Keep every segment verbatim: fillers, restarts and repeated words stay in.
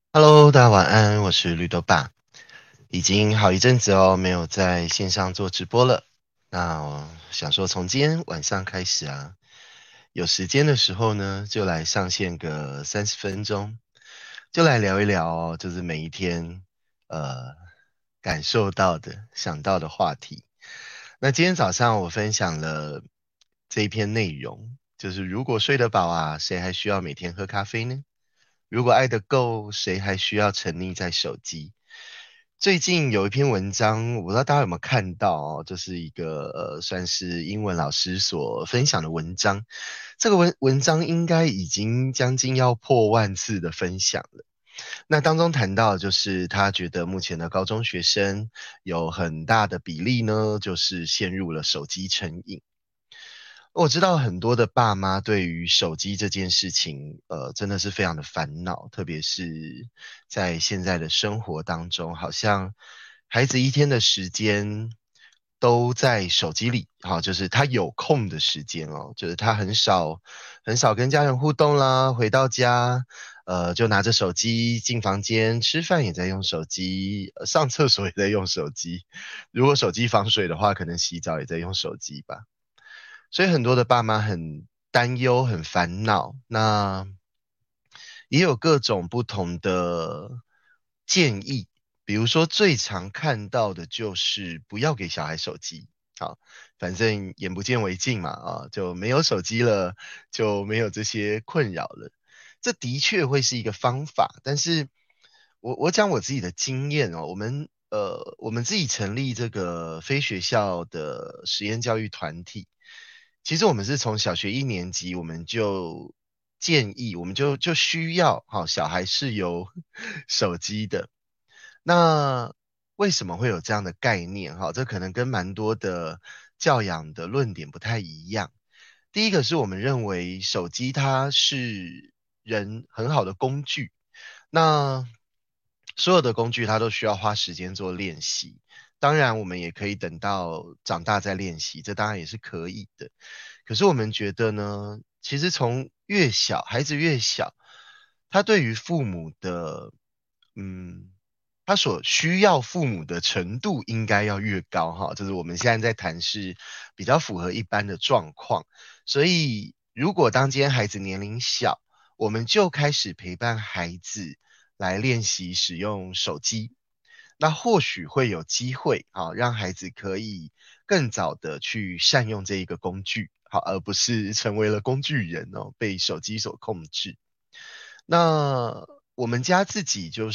Hello，大家晚安，我是绿豆爸。已经好一阵子哦，没有在线上做直播了。那我想说，从今天晚上开始啊，有时间的时候呢，就来上线个三十分钟，就来聊一聊哦，就是每一天呃感受到的、想到的话题。那今天早上我分享了这一篇内容，就是如果睡得饱啊，谁还需要每天喝咖啡呢？如果爱得够，谁还需要沉溺在手机？最近有一篇文章，我不知道大家有没有看到哦，就是一个呃，算是英文老师所分享的文章。这个文文章应该已经将近要破万次的分享了。那当中谈到，就是他觉得目前的高中学生有很大的比例呢，就是陷入了手机成瘾。我知道很多的爸妈对于手机这件事情，呃，真的是非常的烦恼，特别是在现在的生活当中，好像孩子一天的时间都在手机里，好，就是他有空的时间哦，就是他很少很少跟家人互动啦，回到家，呃，就拿着手机进房间，吃饭也在用手机，呃上厕所也在用手机，如果手机防水的话，可能洗澡也在用手机吧。所以很多的爸妈很担忧、很烦恼，那也有各种不同的建议。比如说，最常看到的就是不要给小孩手机，好，反正眼不见为净嘛，啊，就没有手机了，就没有这些困扰了。这的确会是一个方法，但是我我讲我自己的经验哦，我们呃我们自己成立这个非学校的实验教育团体。其实我们是从小学一年级，我们就建议，我们就就需要，好，小孩是有手机的。那为什么会有这样的概念？哈，这可能跟蛮多的教养的论点不太一样。第一个是我们认为手机它是人很好的工具，那所有的工具它都需要花时间做练习。当然，我们也可以等到长大再练习，这当然也是可以的。可是我们觉得呢，其实从越小，孩子越小，他对于父母的，嗯，他所需要父母的程度应该要越高哈。就是我们现在在谈是比较符合一般的状况。所以，如果当今天孩子年龄小，我们就开始陪伴孩子来练习使用手机，那或许会有机会啊，让孩子可以更早的去善用这一个工具，好，而不是成为了工具人哦，被手机所控制。那我们家自己就是，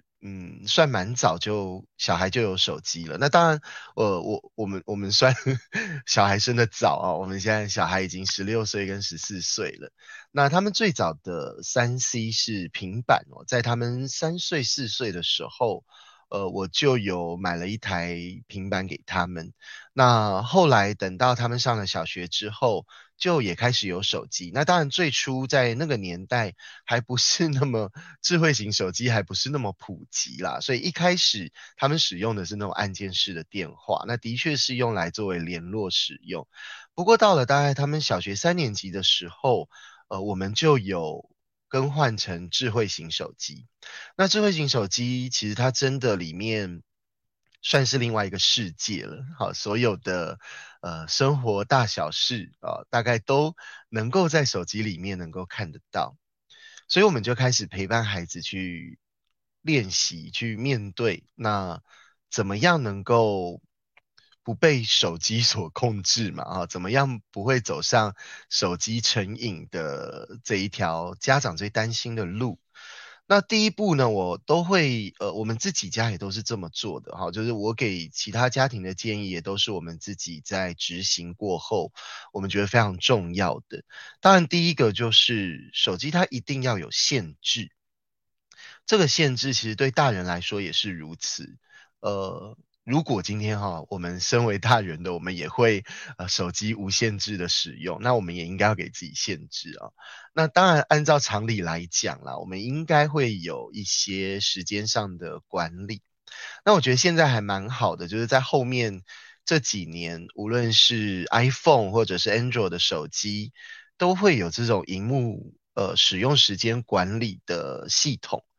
嗯，算蛮早就小孩就有手机了。那当然，呃，我我们我们算小孩生的早啊，我们现在小孩已经十六岁跟十四岁了。那他们最早的三 C 是平板哦，在他们三岁四岁的时候，呃，我就有买了一台平板给他们。那后来等到他们上了小学之后，就也开始有手机。那当然，最初在那个年代还不是那么智慧型手机还不是那么普及啦，所以一开始他们使用的是那种按键式的电话，那的确是用来作为联络使用。不过到了大概他们小学三年级的时候，呃，我们就有更换成智慧型手机。那智慧型手机其实它真的里面算是另外一个世界了。好，所有的呃生活大小事啊、大概都能够在手机里面能够看得到。所以我们就开始陪伴孩子去练习，去面对，那怎么样能够不被手机所控制嘛？啊，怎么样不会走上手机成瘾的这一条家长最担心的路？那第一步呢，我都会，呃，我们自己家也都是这么做的哈，就是我给其他家庭的建议也都是我们自己在执行过后，我们觉得非常重要的。当然，第一个就是手机它一定要有限制，这个限制其实对大人来说也是如此。呃，如果今天哈，我们身为大人的，我们也会呃手机无限制的使用，那我们也应该要给自己限制啊。那当然，按照常理来讲啦，我们应该会有一些时间上的管理。那我觉得现在还蛮好的，就是在后面这几年，无论是 iPhone 或者是 Android 的手机，都会有这种荧幕呃使用时间管理的系统。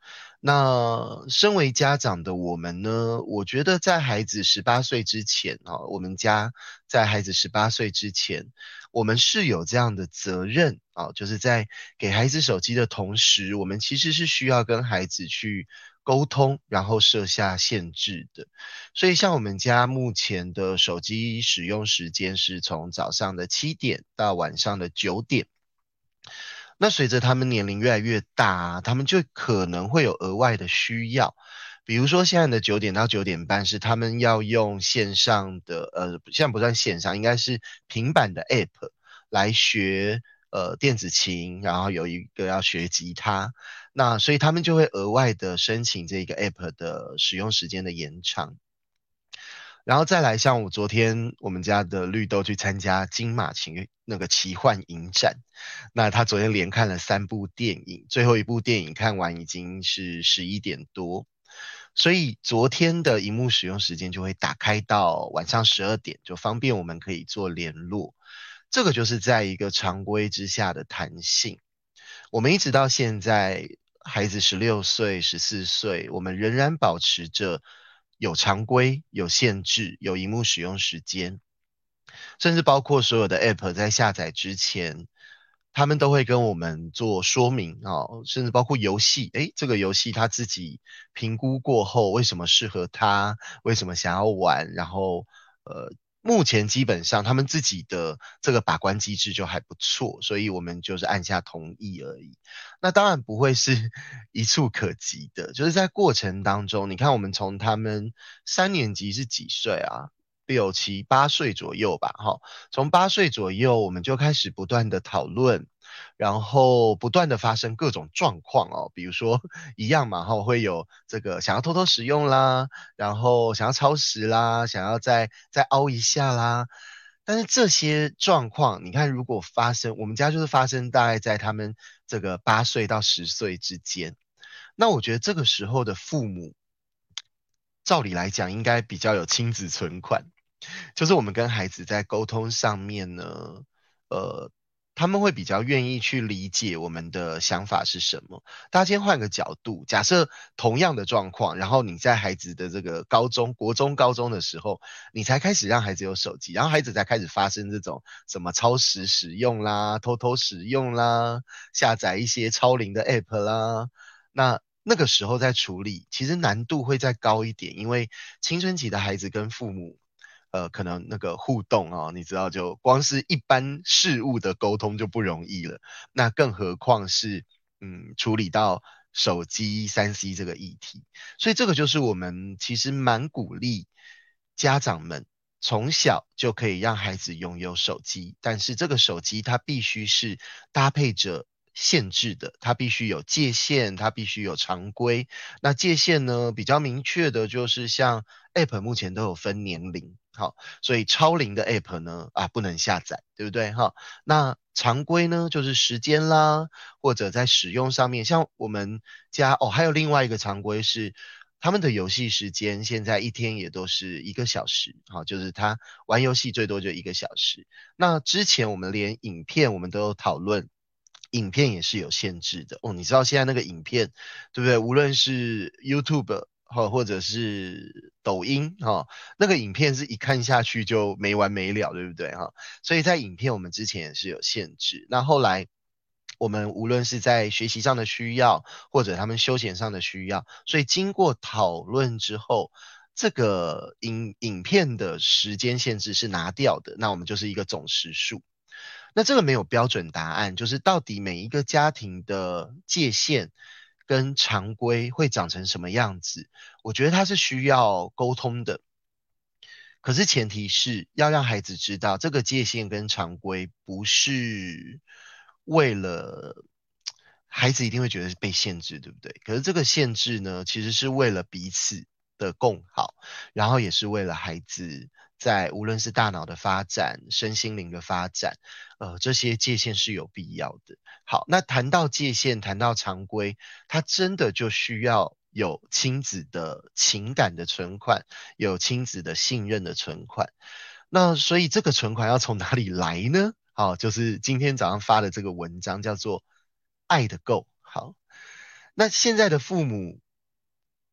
那身为家长的我们呢，我觉得在孩子十八岁之前啊，我们家在孩子十八岁之前，我们是有这样的责任啊，就是在给孩子手机的同时，我们其实是需要跟孩子去沟通，然后设下限制的。所以像我们家目前的手机使用时间是从早上的七点到晚上的九点。那随着他们年龄越来越大啊，他们就可能会有额外的需要。比如说现在的九点到九点半是他们要用线上的，呃，现在不算线上，应该是平板的 App 来学呃电子琴，然后有一个要学吉他，那所以他们就会额外的申请这个 App 的使用时间的延长。然后再来，像我昨天我们家的绿豆去参加金马奇那个奇幻影展，那他昨天连看了三部电影，最后一部电影看完已经是十一点多，所以昨天的荧幕使用时间就会打开到晚上十二点，就方便我们可以做联络。这个就是在一个常规之下的弹性。我们一直到现在，孩子十六岁、十四岁，我们仍然保持着有常规、有限制、有荧幕使用时间，甚至包括所有的 App 在下载之前，他们都会跟我们做说明哦，甚至包括游戏，诶，这个游戏他自己评估过后，为什么适合他，为什么想要玩，然后呃。目前基本上他们自己的这个把关机制就还不错，所以我们就是按下同意而已。那当然不会是一触可及的，就是在过程当中，你看我们从他们三年级是几岁啊？六七八岁左右吧，哈，从八岁左右我们就开始不断的讨论，然后不断的发生各种状况哦，比如说一样嘛，哈，会有这个想要偷偷使用啦，然后想要超时啦，想要再再凹一下啦。但是这些状况，你看如果发生，我们家就是发生大概在他们这个八岁到十岁之间。那我觉得这个时候的父母，照理来讲应该比较有亲子存款。就是我们跟孩子在沟通上面呢，呃，他们会比较愿意去理解我们的想法是什么。大家先换个角度，假设同样的状况，然后你在孩子的这个高中、国中、高中的时候，你才开始让孩子有手机，然后孩子才开始发生这种什么超时使用啦、偷偷使用啦、下载一些超龄的 app 啦，那那个时候在处理，其实难度会再高一点，因为青春期的孩子跟父母呃，可能那个互动哦，你知道，就光是一般事物的沟通就不容易了，那更何况是嗯处理到手机三 C 这个议题，所以这个就是我们其实蛮鼓励家长们从小就可以让孩子拥有手机，但是这个手机它必须是搭配着限制的，它必须有界限，它必须有常规。那界限呢，比较明确的就是像 App 目前都有分年龄，好，所以超龄的 App 呢，啊不能下载，对不对哈？那常规呢，就是时间啦，或者在使用上面，像我们家哦，还有另外一个常规是。他们的游戏时间现在一天也都是一个小时，好，就是他玩游戏最多就一个小时。那之前我们连影片我们都有讨论，影片也是有限制的哦。你知道现在那个影片，对不对？无论是 YouTube 哈，或者是抖音哈，那个影片是一看下去就没完没了，对不对哈？所以在影片我们之前也是有限制。那后来我们无论是在学习上的需要，或者他们休闲上的需要，所以经过讨论之后，这个影影片的时间限制是拿掉的，那我们就是一个总时数。那这个没有标准答案，就是到底每一个家庭的界限跟常规会长成什么样子，我觉得它是需要沟通的。可是前提是要让孩子知道，这个界限跟常规不是为了孩子一定会觉得是被限制，对不对？可是这个限制呢，其实是为了彼此的共好，然后也是为了孩子在无论是大脑的发展、身心灵的发展，呃，这些界限是有必要的。好，那谈到界限，谈到常规，它真的就需要有亲子的情感的存款，有亲子的信任的存款。那所以这个存款要从哪里来呢？好，就是今天早上发的这个文章叫做"爱的够"。好，那现在的父母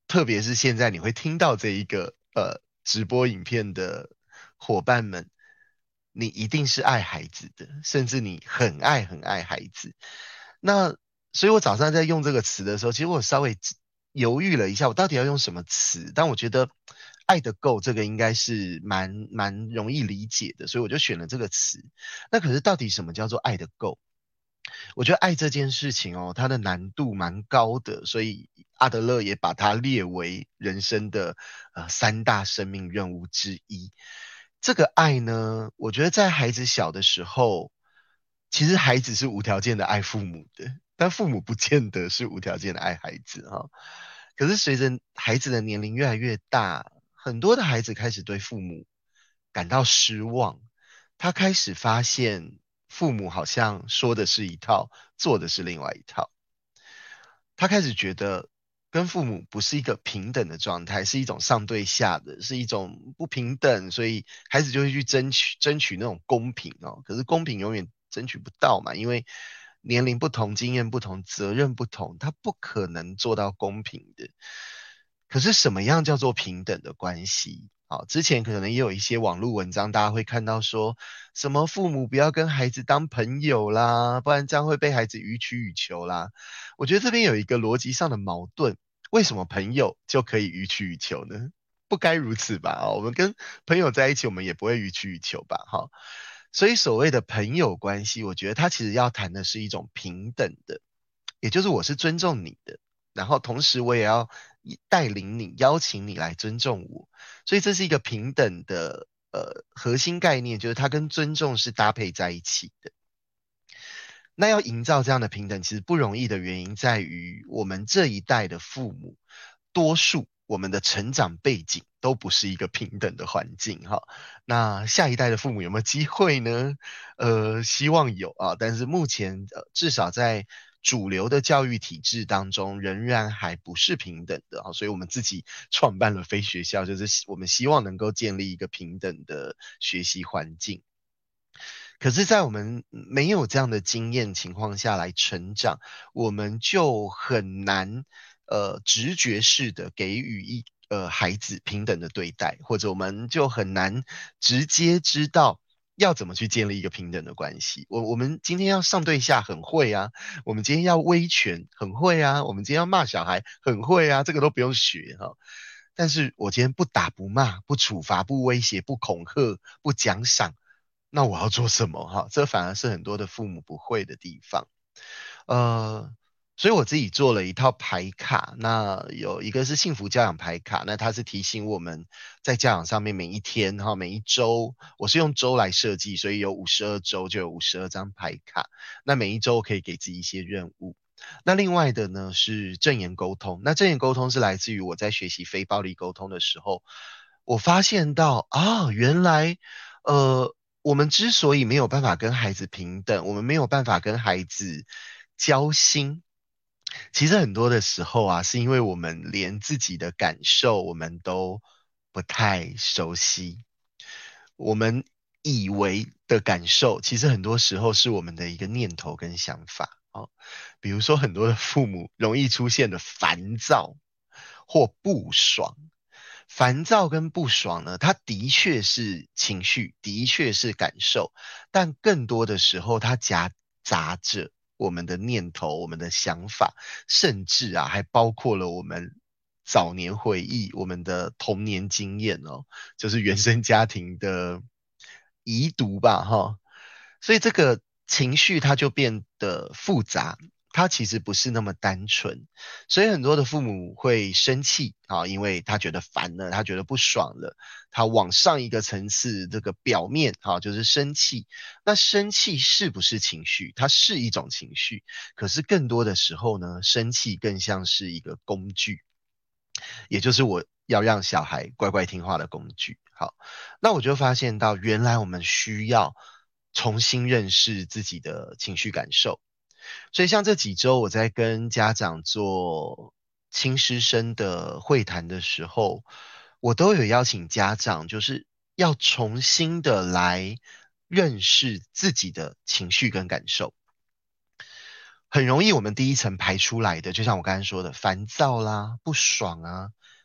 特别是现在你会听到这一个呃直播影片的伙伴们，你一定是爱孩子的，甚至你很爱很爱孩子。那所以我早上在用这个词的时候，其实我稍微犹豫了一下，我到底要用什么词？但我觉得爱得够这个应该是蛮蛮容易理解的，所以我就选了这个词。那可是到底什么叫做爱得够？我觉得爱这件事情哦，它的难度蛮高的，所以阿德勒也把它列为人生的呃三大生命任务之一。这个爱呢，我觉得在孩子小的时候，其实孩子是无条件的爱父母的，但父母不见得是无条件的爱孩子哈、哦。可是随着孩子的年龄越来越大，很多的孩子开始对父母感到失望，他开始发现父母好像说的是一套，做的是另外一套。他开始觉得跟父母不是一个平等的状态，是一种上对下的，是一种不平等，所以孩子就会去争取争取那种公平哦。可是公平永远争取不到嘛，因为年龄不同、经验不同、责任不同，他不可能做到公平的。可是什么样叫做平等的关系？好，之前可能也有一些网络文章，大家会看到说什么父母不要跟孩子当朋友啦，不然这样会被孩子予取予求啦。我觉得这边有一个逻辑上的矛盾，为什么朋友就可以予取予求呢？不该如此吧？哦，我们跟朋友在一起，我们也不会予取予求吧？哈，所以所谓的朋友关系，我觉得它其实要谈的是一种平等的，也就是我是尊重你的，然后同时我也要带领你、邀请你来尊重我，所以这是一个平等的呃核心概念，就是它跟尊重是搭配在一起的。那要营造这样的平等，其实不容易的原因在于，我们这一代的父母，多数我们的成长背景都不是一个平等的环境哈。那下一代的父母有没有机会呢？呃，希望有啊，但是目前呃至少在主流的教育体制当中，仍然还不是平等的啊。所以我们自己创办了非学校，就是我们希望能够建立一个平等的学习环境。可是，在我们没有这样的经验情况下来成长，我们就很难呃直觉式的给予一呃孩子平等的对待，或者我们就很难直接知道要怎么去建立一个平等的关系。我我们今天要上对下很会啊，我们今天要威权很会啊，我们今天要骂小孩很会啊，这个都不用学哈。但是我今天不打不骂不处罚不威胁不恐吓不奖赏，那我要做什么哈？这反而是很多的父母不会的地方。呃，所以我自己做了一套牌卡，那有一个是幸福教养牌卡，那它是提醒我们在教养上面每一天哈，每一周，我是用周来设计，所以有五十二周就有五十二张牌卡，那每一周可以给自己一些任务。那另外的呢是正言沟通，那正言沟通是来自于我在学习非暴力沟通的时候，我发现到啊，原来呃。我们之所以没有办法跟孩子平等，我们没有办法跟孩子交心，其实很多的时候啊，是因为我们连自己的感受我们都不太熟悉。我们以为的感受，其实很多时候是我们的一个念头跟想法。哦，比如说很多的父母容易出现的烦躁或不爽。烦躁跟不爽呢，它的确是情绪，的确是感受，但更多的时候它夹杂着我们的念头、我们的想法，甚至啊还包括了我们早年回忆、我们的童年经验哦，就是原生家庭的遗毒吧，哈。所以这个情绪它就变得复杂，它其实不是那么单纯。所以很多的父母会生气啊，因为他觉得烦了，他觉得不爽了，他往上一个层次，这个表面啊就是生气。那生气是不是情绪？它是一种情绪，可是更多的时候呢，生气更像是一个工具，也就是我要让小孩乖乖听话的工具。好，那我就发现到，原来我们需要重新认识自己的情绪感受。所以像这几周我在跟家长做亲师生的会谈的时候，我都有邀请家长，就是要重新的来认识自己的情绪跟感受。很容易我们第一层排出来的，就像我刚才说的，烦躁啦、不爽啊，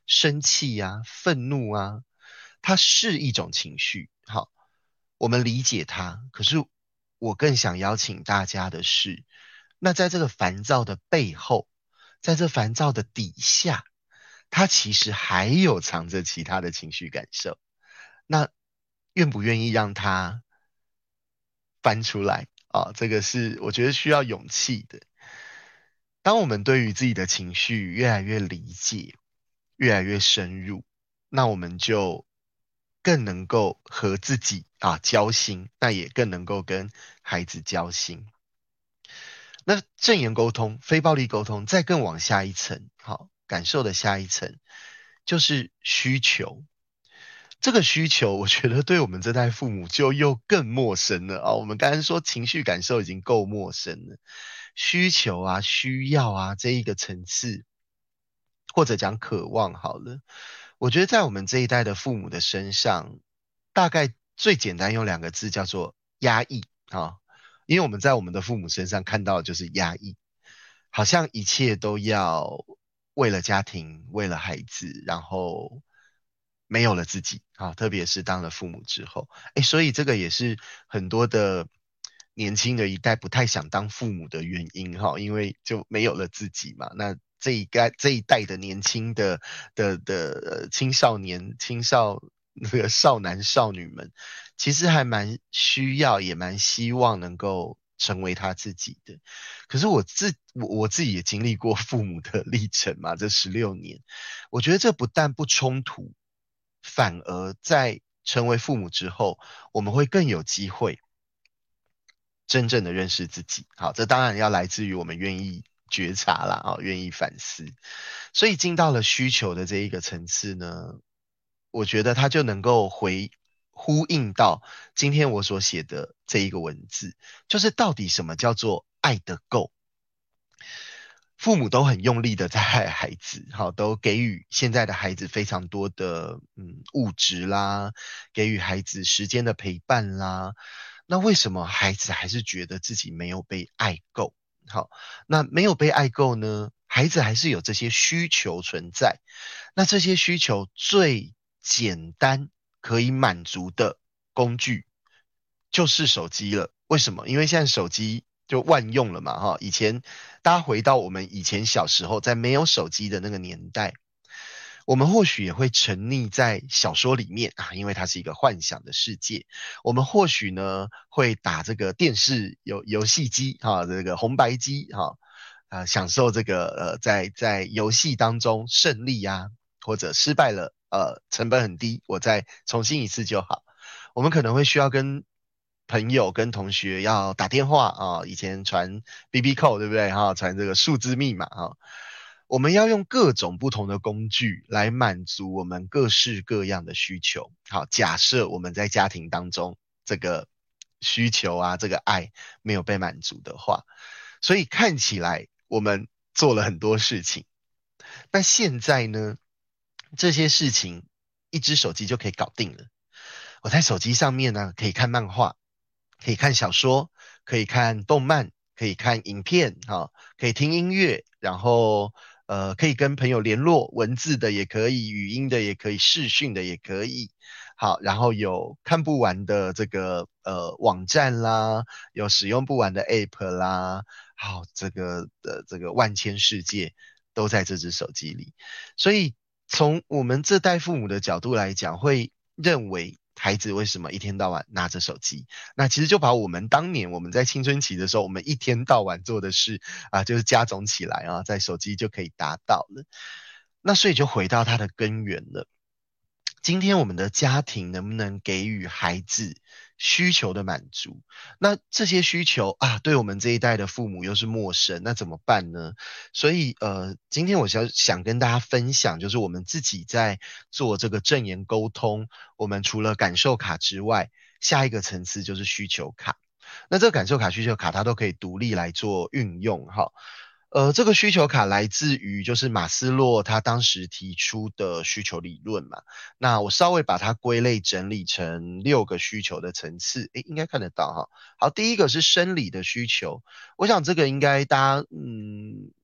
生气啊、愤怒啊，它是一种情绪。好，我们理解它，可是我更想邀请大家的是，那在这个烦躁的背后，在这烦躁的底下，它其实还有藏着其他的情绪感受。那愿不愿意让它翻出来啊？这个是我觉得需要勇气的。当我们对于自己的情绪越来越理解，越来越深入，那我们就更能够和自己啊交心，那也更能够跟孩子交心。那正言沟通、非暴力沟通，再更往下一层，好，感受的下一层就是需求。这个需求，我觉得对我们这代父母就又更陌生了啊！我们刚才说情绪感受已经够陌生了，需求啊、需要啊这一个层次，或者讲渴望好了，我觉得在我们这一代的父母的身上，大概最简单用两个字叫做压抑啊，因为我们在我们的父母身上看到的就是压抑，好像一切都要为了家庭，为了孩子，然后没有了自己啊，特别是当了父母之后，诶，所以这个也是很多的年轻的一代不太想当父母的原因哈，因为就没有了自己嘛。那这一代这一代的年轻的的的呃青少年、青少那个少男少女们，其实还蛮需要，也蛮希望能够成为他自己的。可是我自我我自己也经历过父母的历程嘛，这十六年，我觉得这不但不冲突，反而在成为父母之后，我们会更有机会真正的认识自己。好，这当然要来自于我们愿意觉察啦，啊，愿意反思。所以进到了需求的这一个层次呢，我觉得它就能够回呼应到今天我所写的这一个文字，就是到底什么叫做爱得够？父母都很用力的在爱孩子，好，都给予现在的孩子非常多的嗯物质啦，给予孩子时间的陪伴啦。那为什么孩子还是觉得自己没有被爱够？好，那没有被爱够呢？孩子还是有这些需求存在。那这些需求最简单可以满足的工具就是手机了。为什么？因为现在手机就万用了嘛，哈。以前大家回到我们以前小时候，在没有手机的那个年代，我们或许也会沉溺在小说里面啊，因为它是一个幻想的世界。我们或许呢会打这个电视游游戏机哈，这个红白机哈，啊，享受这个呃在在游戏当中胜利啊，或者失败了，呃成本很低，我再重新一次就好。我们可能会需要跟朋友、跟同学要打电话啊，以前传 B B call 对不对哈？传这个数字密码哈。我们要用各种不同的工具来满足我们各式各样的需求。好，假设我们在家庭当中这个需求啊，这个爱没有被满足的话，所以看起来我们做了很多事情。那现在呢，这些事情一只手机就可以搞定了。我在手机上面呢，可以看漫画，可以看小说，可以看动漫，可以看影片，哈，可以听音乐，然后呃，可以跟朋友联络，文字的也可以，语音的也可以，视讯的也可以。好，然后有看不完的这个呃网站啦，有使用不完的 App 啦，好，这个的这个万千世界都在这只手机里。所以从我们这代父母的角度来讲，会认为孩子为什么一天到晚拿着手机？那其实就把我们当年我们在青春期的时候，我们一天到晚做的事啊，就是加总起来啊，在手机就可以达到了。那所以就回到它的根源了。今天我们的家庭能不能给予孩子需求的满足？那这些需求啊，对我们这一代的父母又是陌生，那怎么办呢？所以呃，今天我想想跟大家分享，就是我们自己在做这个正言沟通，我们除了感受卡之外，下一个层次就是需求卡。那这个感受卡、需求卡，它都可以独立来做运用哈。呃，这个需求卡来自于就是马斯洛他当时提出的需求理论嘛。那我稍微把它归类整理成六个需求的层次，诶，应该看得到哈。好，第一个是生理的需求，我想这个应该大家嗯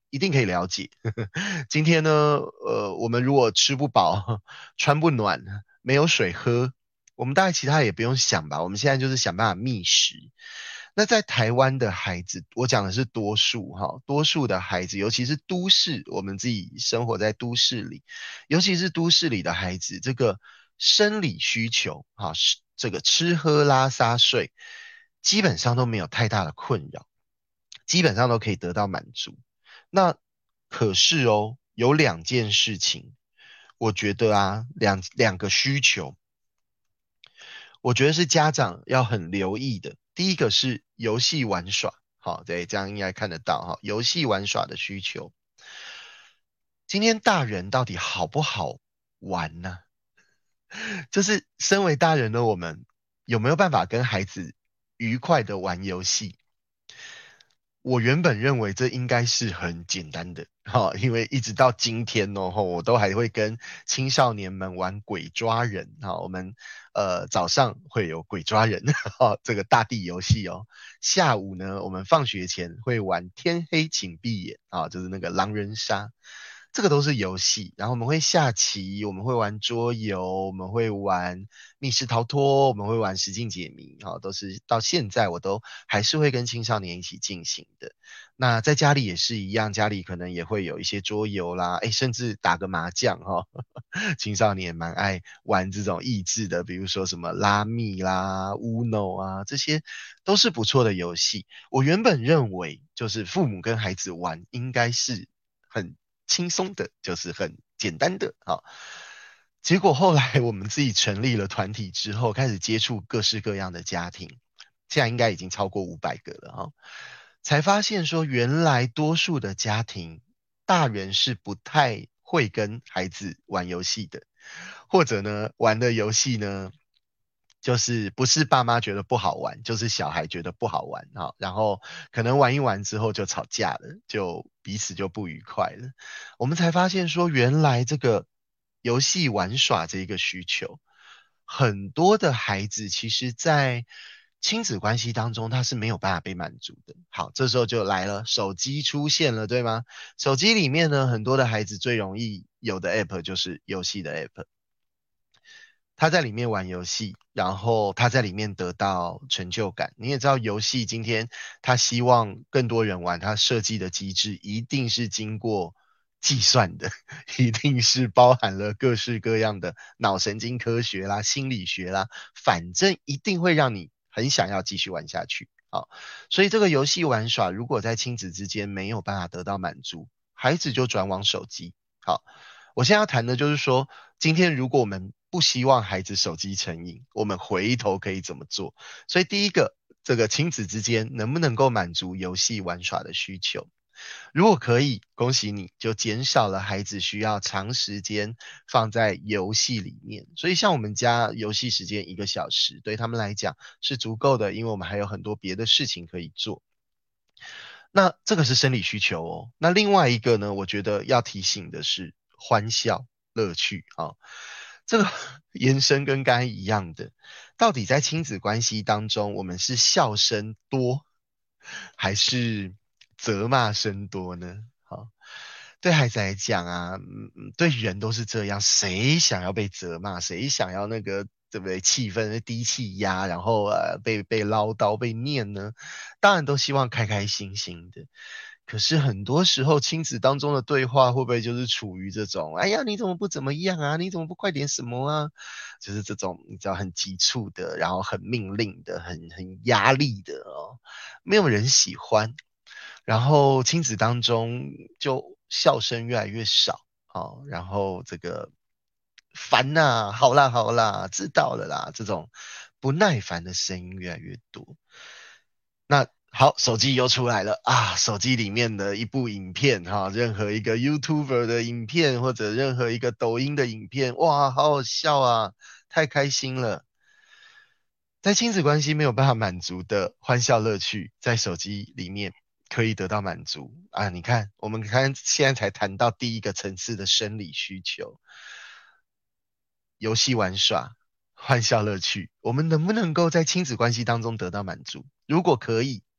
一定可以了解。今天呢，呃，我们如果吃不饱、穿不暖、没有水喝，我们大概其他也不用想吧。我们现在就是想办法觅食。那在台湾的孩子，我讲的是多数哈，多数的孩子，尤其是都市，我们自己生活在都市里，尤其是都市里的孩子，这个生理需求哈，是这个吃喝拉撒睡，基本上都没有太大的困扰，基本上都可以得到满足。那可是哦，有两件事情，我觉得啊，两两个需求，我觉得是家长要很留意的。第一个是游戏玩耍，好，对，这样应该看得到哈，游戏玩耍的需求。今天大人到底好不好玩呢？就是身为大人的我们，有没有办法跟孩子愉快的玩游戏？我原本认为这应该是很简单的，哈，因为一直到今天哦，我都还会跟青少年们玩鬼抓人，哈，我们呃早上会有鬼抓人，哈，这个大地游戏哦，下午呢，我们放学前会玩天黑请闭眼，啊，就是那个狼人杀。这个都是游戏，然后我们会下棋，我们会玩桌游，我们会玩密室逃脱，我们会玩实境解谜，哈、都是到现在我都还是会跟青少年一起进行的。那在家里也是一样，家里可能也会有一些桌游啦，诶，甚至打个麻将哈、哦，青少年蛮爱玩这种益智的，比如说什么拉密啦、Uno 啊，这些都是不错的游戏。我原本认为就是父母跟孩子玩应该是很轻松的，就是很简单的，好。结果后来我们自己成立了团体之后，开始接触各式各样的家庭，现在应该已经超过五百个了哈，才发现说原来多数的家庭，大人是不太会跟孩子玩游戏的，或者呢玩的游戏呢，就是不是爸妈觉得不好玩，就是小孩觉得不好玩哈，然后可能玩一玩之后就吵架了，就彼此就不愉快了。我们才发现说，原来这个游戏玩耍这一个需求，很多的孩子其实在亲子关系当中他是没有办法被满足的。好，这时候就来了，手机出现了，对吗？手机里面呢，很多的孩子最容易有的 app 就是游戏的 app。他在里面玩游戏，然后他在里面得到成就感。你也知道，游戏今天他希望更多人玩，他设计的机制一定是经过计算的，一定是包含了各式各样的脑神经科学啦、心理学啦，反正一定会让你很想要继续玩下去。好，所以这个游戏玩耍如果在亲子之间没有办法得到满足，孩子就转往手机。好，我现在要谈的就是说，今天如果我们不希望孩子手机成瘾，我们回头可以怎么做？所以第一个，这个亲子之间能不能够满足游戏玩耍的需求？如果可以，恭喜你，就减少了孩子需要长时间放在游戏里面。所以像我们家游戏时间一个小时，对他们来讲是足够的，因为我们还有很多别的事情可以做。那这个是生理需求哦。那另外一个呢，我觉得要提醒的是欢笑、乐趣啊、哦。这个延伸跟刚才一样的，到底在亲子关系当中，我们是笑声多还是责骂声多呢？好，对孩子来讲啊，嗯，嗯对人都是这样，谁想要被责骂，谁想要那个对不对？气氛低气压，然后呃被被唠叨、被念呢？当然都希望开开心心的。可是很多时候，亲子当中的对话会不会就是处于这种，哎呀，你怎么不怎么样啊？你怎么不快点什么啊？就是这种你知道很急促的，然后很命令的，很很压力的哦，没有人喜欢。然后亲子当中就笑声越来越少，哦，然后这个烦呐、好啦好啦，知道了啦，这种不耐烦的声音越来越多。那好，手机又出来了啊！手机里面的一部影片哈，任何一个 YouTuber 的影片或者任何一个抖音的影片，哇，好好笑啊，太开心了。在亲子关系没有办法满足的欢笑乐趣，在手机里面可以得到满足啊！你看，我们看现在才谈到第一个层次的生理需求，游戏玩耍、欢笑乐趣，我们能不能够在亲子关系当中得到满足？如果可以，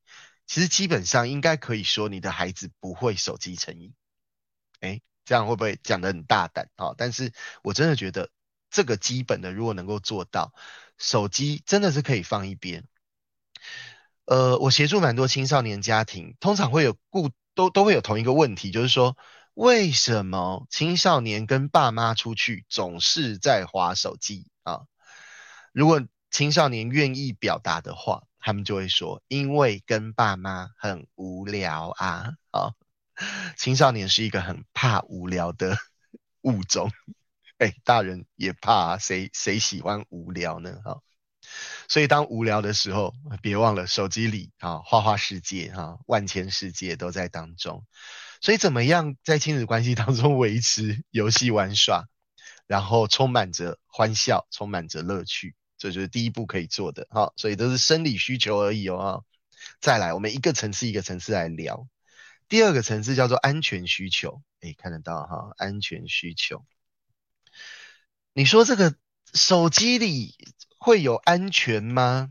其实基本上应该可以说你的孩子不会手机成瘾。诶，这样会不会讲得很大胆啊？但是我真的觉得这个基本的如果能够做到，手机真的是可以放一边。呃，我协助蛮多青少年家庭，通常会有固都都会有同一个问题，就是说为什么青少年跟爸妈出去总是在滑手机啊？如果青少年愿意表达的话，他们就会说，因为跟爸妈很无聊啊。啊，青少年是一个很怕无聊的物种，哎，大人也怕啊，谁谁喜欢无聊呢？哈、所以当无聊的时候，别忘了手机里啊，花花世界啊，万千世界都在当中。所以怎么样在亲子关系当中维持游戏玩耍，然后充满着欢笑，充满着乐趣，这就是第一步可以做的。好，所以都是生理需求而已哦。再来，我们一个层次一个层次来聊。第二个层次叫做安全需求，诶，看得到哈，安全需求。你说这个手机里会有安全吗？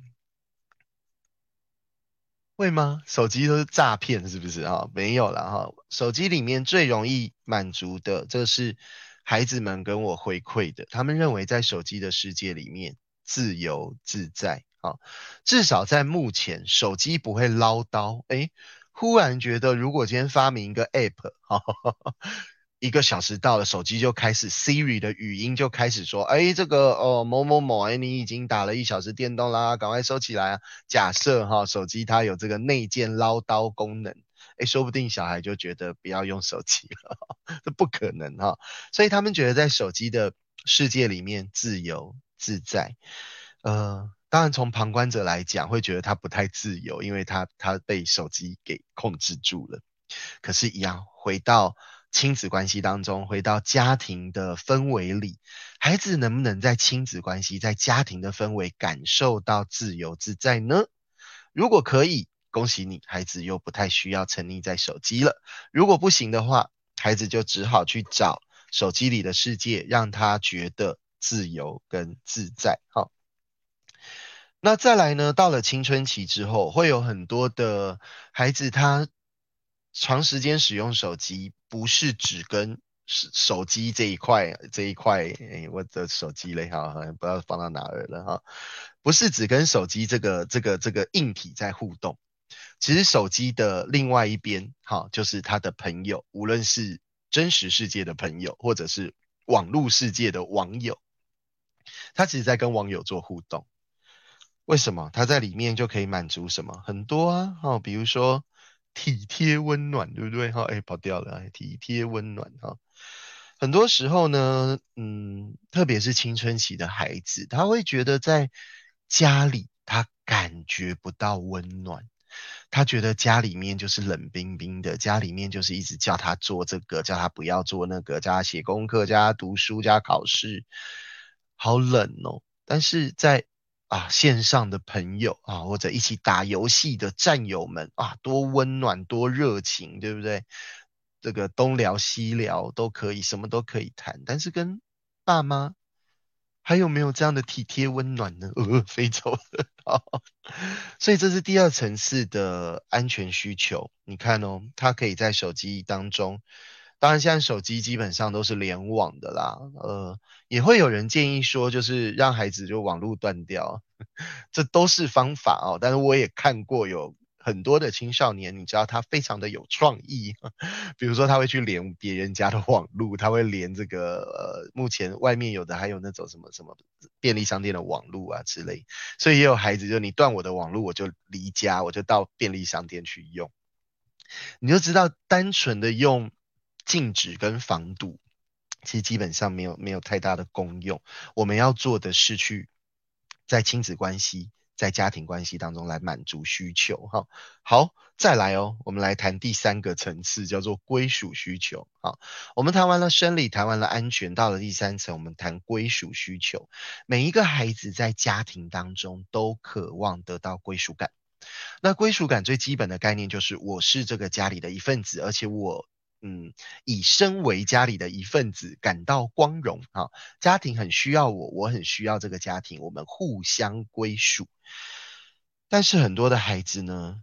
会吗？手机都是诈骗是不是啊？没有啦哈，手机里面最容易满足的，这是孩子们跟我回馈的，他们认为在手机的世界里面自由自在啊，至少在目前手机不会唠叨。诶，忽然觉得如果今天发明一个 App，哈，一个小时到了，手机就开始 Siri 的语音就开始说，哎，这个哦某某某，哎，你已经打了一小时电动啦，赶快收起来啊。假设哈，手机它有这个内建唠叨功能，哎，说不定小孩就觉得不要用手机了，这不可能哈。所以他们觉得在手机的世界里面自由自在。呃，当然从旁观者来讲，会觉得他不太自由，因为他他被手机给控制住了。可是，一样回到亲子关系当中，回到家庭的氛围里，孩子能不能在亲子关系、在家庭的氛围感受到自由自在呢？如果可以，恭喜你，孩子又不太需要沉溺在手机了。如果不行的话，孩子就只好去找手机里的世界，让他觉得自由跟自在。好，那再来呢？到了青春期之后，会有很多的孩子，他长时间使用手机，不是只跟手手机这一块这一块，诶，我的手机嘞，哈，不知道放到哪儿了哈，不是只跟手机这个这个这个硬体在互动，其实手机的另外一边，哈，就是他的朋友，无论是真实世界的朋友，或者是网络世界的网友，他其实在跟网友做互动。为什么？他在里面就可以满足什么？很多啊，哦，比如说体贴温暖，对不对？哈、哦，哎，跑掉了，哎体贴温暖哈、哦。很多时候呢，嗯，特别是青春期的孩子，他会觉得在家里他感觉不到温暖，他觉得家里面就是冷冰冰的，家里面就是一直叫他做这个，叫他不要做那个，叫他写功课，叫他读书，叫他考试，好冷哦。但是在啊线上的朋友啊，或者一起打游戏的战友们啊，多温暖，多热情，对不对？这个东聊西聊都可以，什么都可以谈。但是跟爸妈还有没有这样的体贴温暖呢？呃，飞走了。所以这是第二层次的安全需求。你看哦，他可以在手机当中，当然现在手机基本上都是联网的啦，呃，也会有人建议说，就是让孩子就网络断掉，这都是方法哦。但是我也看过有很多的青少年，你知道他非常的有创意，比如说他会去连别人家的网路，他会连这个呃，目前外面有的还有那种什么什么便利商店的网路啊之类，所以也有孩子就你断我的网路，我就离家，我就到便利商店去用，你就知道单纯的用禁止跟防堵，其实基本上没有没有太大的功用。我们要做的是去在亲子关系、在家庭关系当中来满足需求。哈，好，再来哦，我们来谈第三个层次，叫做归属需求。好，我们谈完了生理，谈完了安全，到了第三层，我们谈归属需求。每一个孩子在家庭当中都渴望得到归属感。那归属感最基本的概念就是我是这个家里的一份子，而且我嗯以身为家里的一份子感到光荣啊。家庭很需要我，我很需要这个家庭，我们互相归属。但是很多的孩子呢，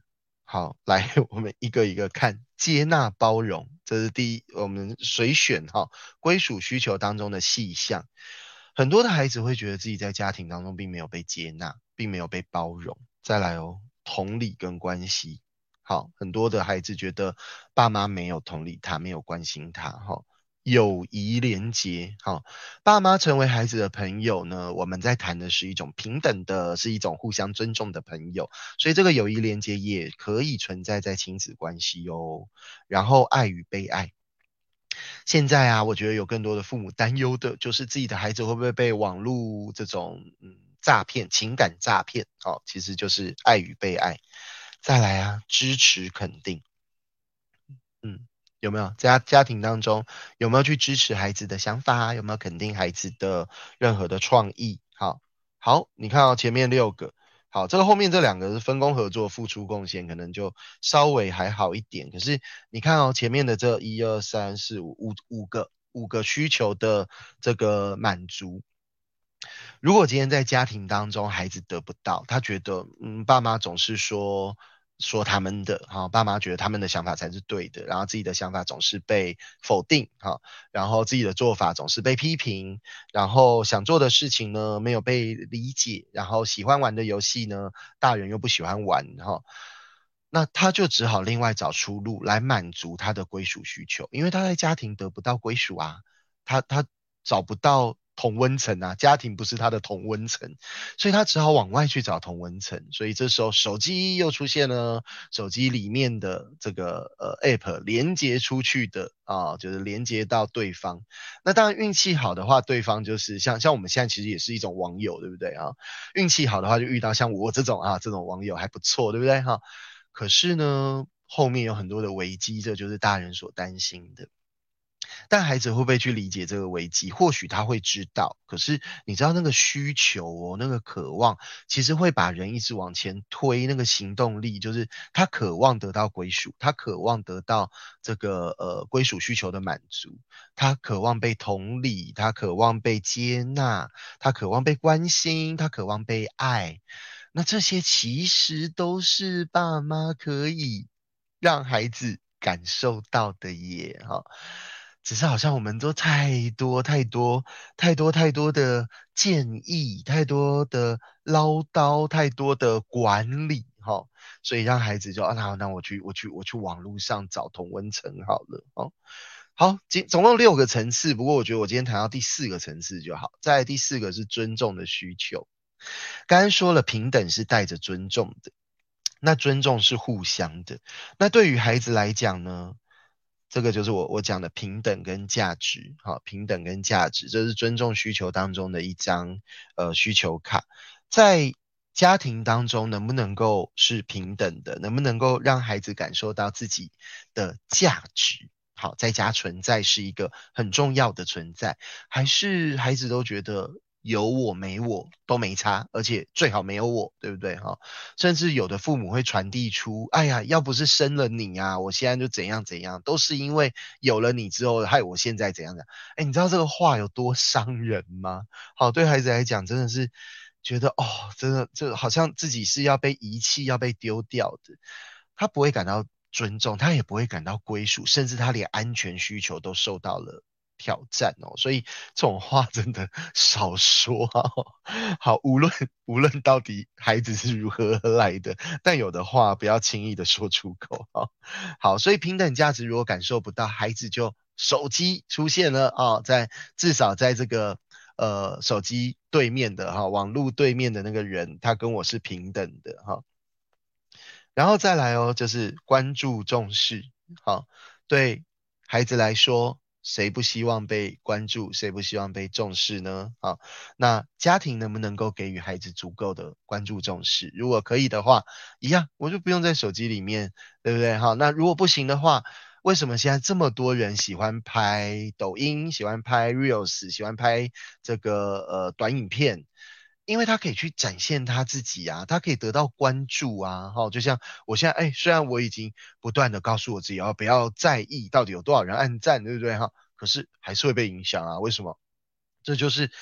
好，来我们一个一个看，接纳包容，这是第一，我们随选哈，归属需求当中的细项。很多的孩子会觉得自己在家庭当中并没有被接纳，并没有被包容。再来哦，同理跟关系。好，很多的孩子觉得爸妈没有同理他，没有关心他，哈。友谊连结，好，爸妈成为孩子的朋友呢，我们在谈的是一种平等的，是一种互相尊重的朋友，所以这个友谊连结也可以存在在亲子关系哦。然后爱与被爱，现在啊，我觉得有更多的父母担忧的就是自己的孩子会不会被网络这种嗯诈骗、情感诈骗，哦，其实就是爱与被爱。再来啊，支持肯定。嗯，有没有在家庭当中有没有去支持孩子的想法？有没有肯定孩子的任何的创意？好，好，你看哦，前面六个，好，这个后面这两个是分工合作、付出贡献，可能就稍微还好一点。可是你看哦，前面的这一二三四五五五个五个需求的这个满足，如果今天在家庭当中孩子得不到，他觉得嗯，爸妈总是说说他们的，哈，爸妈觉得他们的想法才是对的，然后自己的想法总是被否定，哈，然后自己的做法总是被批评，然后想做的事情呢没有被理解，然后喜欢玩的游戏呢，大人又不喜欢玩，哈。那他就只好另外找出路来满足他的归属需求，因为他在家庭得不到归属啊，他他找不到同温层啊，家庭不是他的同温层，所以他只好往外去找同温层。所以这时候手机又出现了，手机里面的这个呃 app 连接出去的啊，就是连接到对方。那当然运气好的话，对方就是像像我们现在其实也是一种网友，对不对啊？运气好的话就遇到像我这种啊这种网友还不错，对不对哈？可是呢，后面有很多的危机，这就是大人所担心的。但孩子会不会去理解这个危机？或许他会知道，可是你知道那个需求哦，那个渴望，其实会把人一直往前推。那个行动力就是他渴望得到归属，他渴望得到这个呃归属需求的满足，他渴望被同理，他渴望被接纳，他渴望被关心，他渴望被爱。那这些其实都是爸妈可以让孩子感受到的耶，哈。只是好像我们都太多太多太多太多的建议，太多的唠叨，太多的管理，哈，所以让孩子就啊，那那我去我去我去网络上找同温层好了，哦。好，今总共六个层次，不过我觉得我今天谈到第四个层次就好。再来第四个是尊重的需求。刚刚说了，平等是带着尊重的，那尊重是互相的。那对于孩子来讲呢，这个就是我我讲的平等跟价值，好，平等跟价值，这是尊重需求当中的一张呃需求卡。在家庭当中能不能够是平等的，能不能够让孩子感受到自己的价值？好，在家存在是一个很重要的存在，还是孩子都觉得有我没我都没差，而且最好没有我，对不对哈？甚至有的父母会传递出，哎呀，要不是生了你啊，我现在就怎样怎样，都是因为有了你之后，害我现在怎样怎样。哎，你知道这个话有多伤人吗？好，对孩子来讲，真的是觉得哦，真的就好像自己是要被遗弃、要被丢掉的。他不会感到尊重，他也不会感到归属，甚至他连安全需求都受到了挑战哦。所以这种话真的少说啊。好，无论无论到底孩子是如何而来的，但有的话不要轻易的说出口啊。好，所以平等价值如果感受不到，孩子就手机出现了啊，在至少在这个呃手机对面的哈，网络对面的那个人，他跟我是平等的哈。然后再来哦，就是关注重视。好，对孩子来说，谁不希望被关注，谁不希望被重视呢？好，那家庭能不能够给予孩子足够的关注重视？如果可以的话，一样，我就不用在手机里面，对不对？好，那如果不行的话，为什么现在这么多人喜欢拍抖音，喜欢拍 reels，喜欢拍这个呃短影片？因为他可以去展现他自己啊，他可以得到关注啊，哈，就像我现在，哎，虽然我已经不断的告诉我自己，哦，不要在意到底有多少人按赞，对不对哈？可是还是会被影响啊，为什么？这就是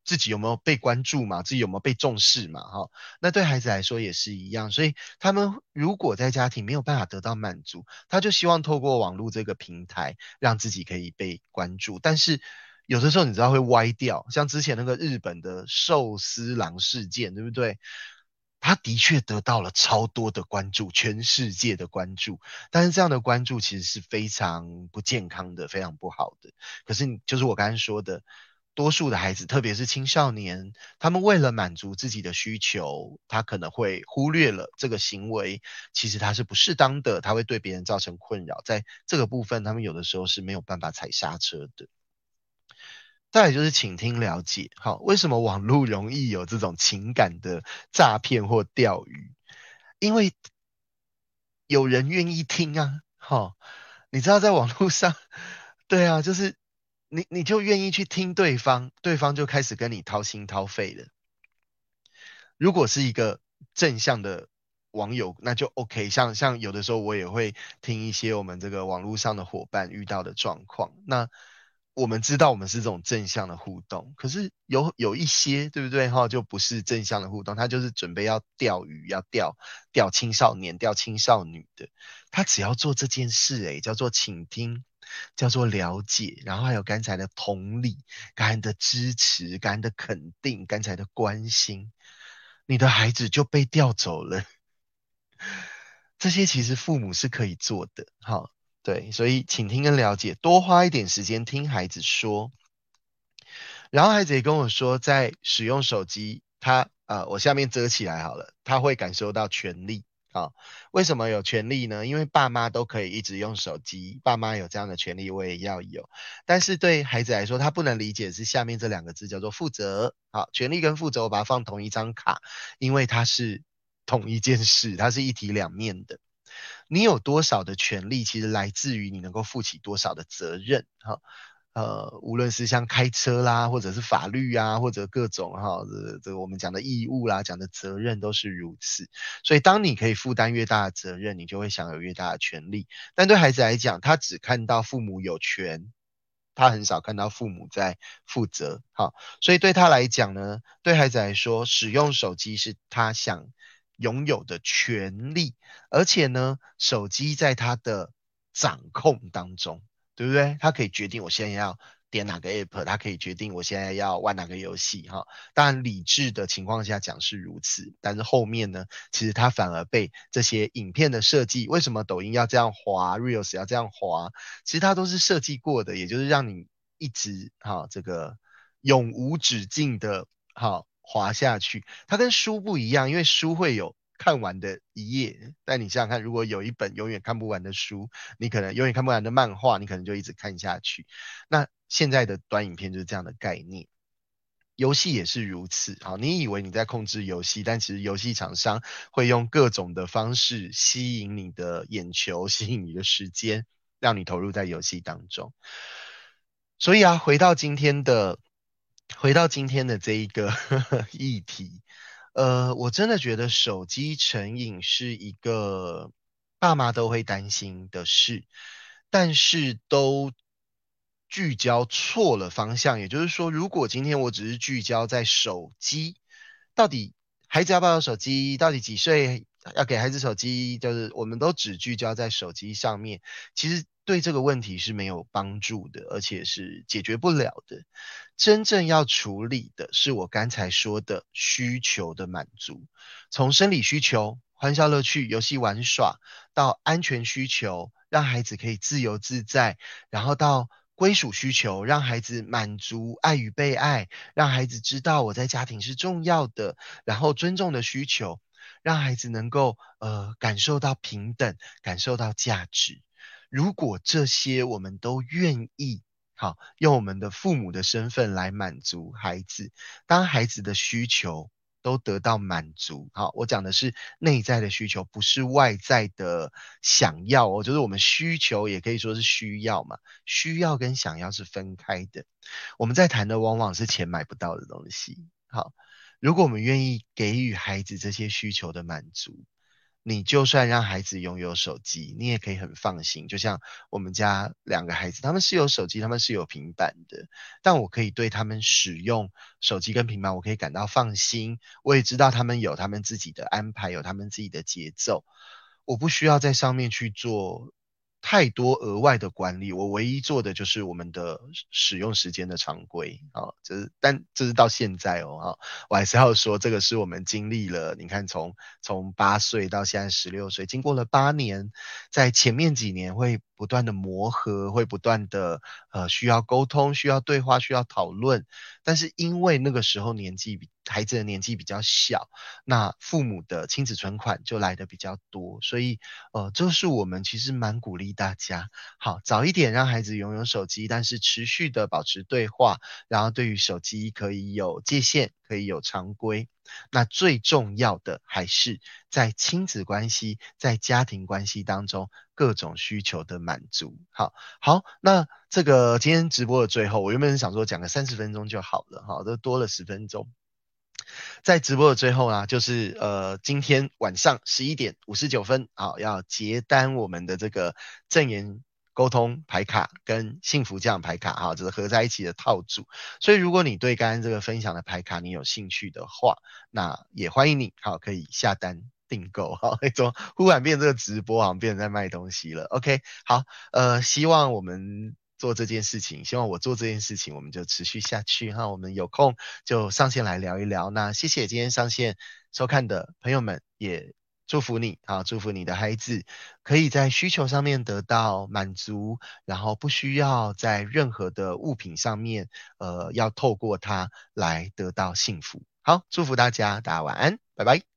自己有没有被关注嘛，自己有没有被重视嘛，哈。那对孩子来说也是一样，所以他们如果在家庭没有办法得到满足，他就希望透过网络这个平台让自己可以被关注，但是有的时候你知道会歪掉，像之前那个日本的寿司郎事件，对不对？他的确得到了超多的关注，全世界的关注，但是这样的关注其实是非常不健康的，非常不好的。可是就是我刚才说的，多数的孩子，特别是青少年，他们为了满足自己的需求，他可能会忽略了这个行为，其实他是不适当的，他会对别人造成困扰，在这个部分，他们有的时候是没有办法踩刹车的。再来就是倾听了解，好，为什么网络容易有这种情感的诈骗或钓鱼？因为有人愿意听啊，好，你知道在网络上，对啊，就是你你就愿意去听对方，对方就开始跟你掏心掏肺的。如果是一个正向的网友，那就 OK。像像有的时候我也会听一些我们这个网络上的伙伴遇到的状况，那我们知道我们是这种正向的互动，可是有有一些对不对哈，就不是正向的互动，他就是准备要钓鱼，要钓钓青少年、钓青少女的，他只要做这件事，诶，叫做倾听。叫做了解，然后还有刚才的同理、刚才的支持、刚才的肯定、刚才的关心，你的孩子就被调走了。这些其实父母是可以做的，好，对，所以请听跟了解，多花一点时间听孩子说。然后孩子也跟我说，在使用手机，他呃，我下面遮起来好了，他会感受到权利。好，为什么有权利呢？因为爸妈都可以一直用手机，爸妈有这样的权利，我也要有。但是对孩子来说，他不能理解是下面这两个字叫做负责。好，权利跟负责我把它放同一张卡，因为它是同一件事，它是一体两面的。你有多少的权利，其实来自于你能够负起多少的责任。好，呃，无论是像开车啦，或者是法律啊，或者各种哈，这这个我们讲的义务啦，讲的责任都是如此。所以，当你可以负担越大的责任，你就会享有越大的权利。但对孩子来讲，他只看到父母有权，他很少看到父母在负责。好，所以对他来讲呢，对孩子来说，使用手机是他想拥有的权利，而且呢，手机在他的掌控当中。对不对？他可以决定我现在要点哪个 app，他可以决定我现在要玩哪个游戏哈。当然，理智的情况下讲是如此，但是后面呢，其实他反而被这些影片的设计，为什么抖音要这样滑 ，reels 要这样滑，其实它都是设计过的，也就是让你一直哈这个永无止境的哈滑下去。它跟书不一样，因为书会有看完的一页，但你想想看，如果有一本永远看不完的书，你可能永远看不完的漫画，你可能就一直看下去。那现在的短影片就是这样的概念。游戏也是如此，好，你以为你在控制游戏，但其实游戏厂商会用各种的方式吸引你的眼球，吸引你的时间，让你投入在游戏当中。所以啊，回到今天的，回到今天的这一个议题，呃，我真的觉得手机成瘾是一个爸妈都会担心的事，但是都聚焦错了方向。也就是说，如果今天我只是聚焦在手机，到底孩子要不要有手机，到底几岁要给孩子手机，就是我们都只聚焦在手机上面，其实对这个问题是没有帮助的，而且是解决不了的。真正要处理的是我刚才说的需求的满足，从生理需求、欢笑乐趣、游戏玩耍，到安全需求，让孩子可以自由自在，然后到归属需求，让孩子满足爱与被爱，让孩子知道我在家庭是重要的，然后尊重的需求，让孩子能够呃感受到平等，感受到价值。如果这些我们都愿意，好，用我们的父母的身份来满足孩子，当孩子的需求都得到满足，好，我讲的是内在的需求，不是外在的想要哦，就是我们需求也可以说是需要嘛，需要跟想要是分开的。我们在谈的往往是钱买不到的东西。好，如果我们愿意给予孩子这些需求的满足， 你就算让孩子拥有手机，你也可以很放心。就像我们家两个孩子，他们是有手机，他们是有平板的，但我可以对他们使用手机跟平板，我可以感到放心。我也知道他们有他们自己的安排，有他们自己的节奏，我不需要在上面去做太多额外的管理，我唯一做的就是我们的使用时间的常规啊，这是但这是到现在哦啊，我还是要说这个是我们经历了，你看从从八岁到现在十六岁，经过了八年，在前面几年会不断的磨合，会不断的呃需要沟通，需要对话，需要讨论，但是因为那个时候年纪比孩子的年纪比较小，那父母的亲子存款就来的比较多，所以呃，这是我们其实蛮鼓励大家，好，早一点让孩子拥有手机，但是持续的保持对话，然后对于手机可以有界限，可以有常规。那最重要的还是在亲子关系、在家庭关系当中各种需求的满足。好，好，那这个今天直播的最后，我原本是想说讲个三十分钟就好了，哈，都多了十分钟。在直播的最后呢，就是呃，今天晚上十一点五十九分，好，要结单我们的这个正言沟通牌卡跟幸福酱牌卡，哈，这是合在一起的套组。所以如果你对刚刚这个分享的牌卡你有兴趣的话，那也欢迎你，好，可以下单订购，好，那种忽然变这个直播好像变成在卖东西了。OK， 好，呃，希望我们做这件事情，希望我做这件事情，我们就持续下去哈。我们有空就上线来聊一聊。那谢谢今天上线收看的朋友们，也祝福你啊，祝福你的孩子可以在需求上面得到满足，然后不需要在任何的物品上面，呃，要透过它来得到幸福。好，祝福大家，大家晚安，拜拜。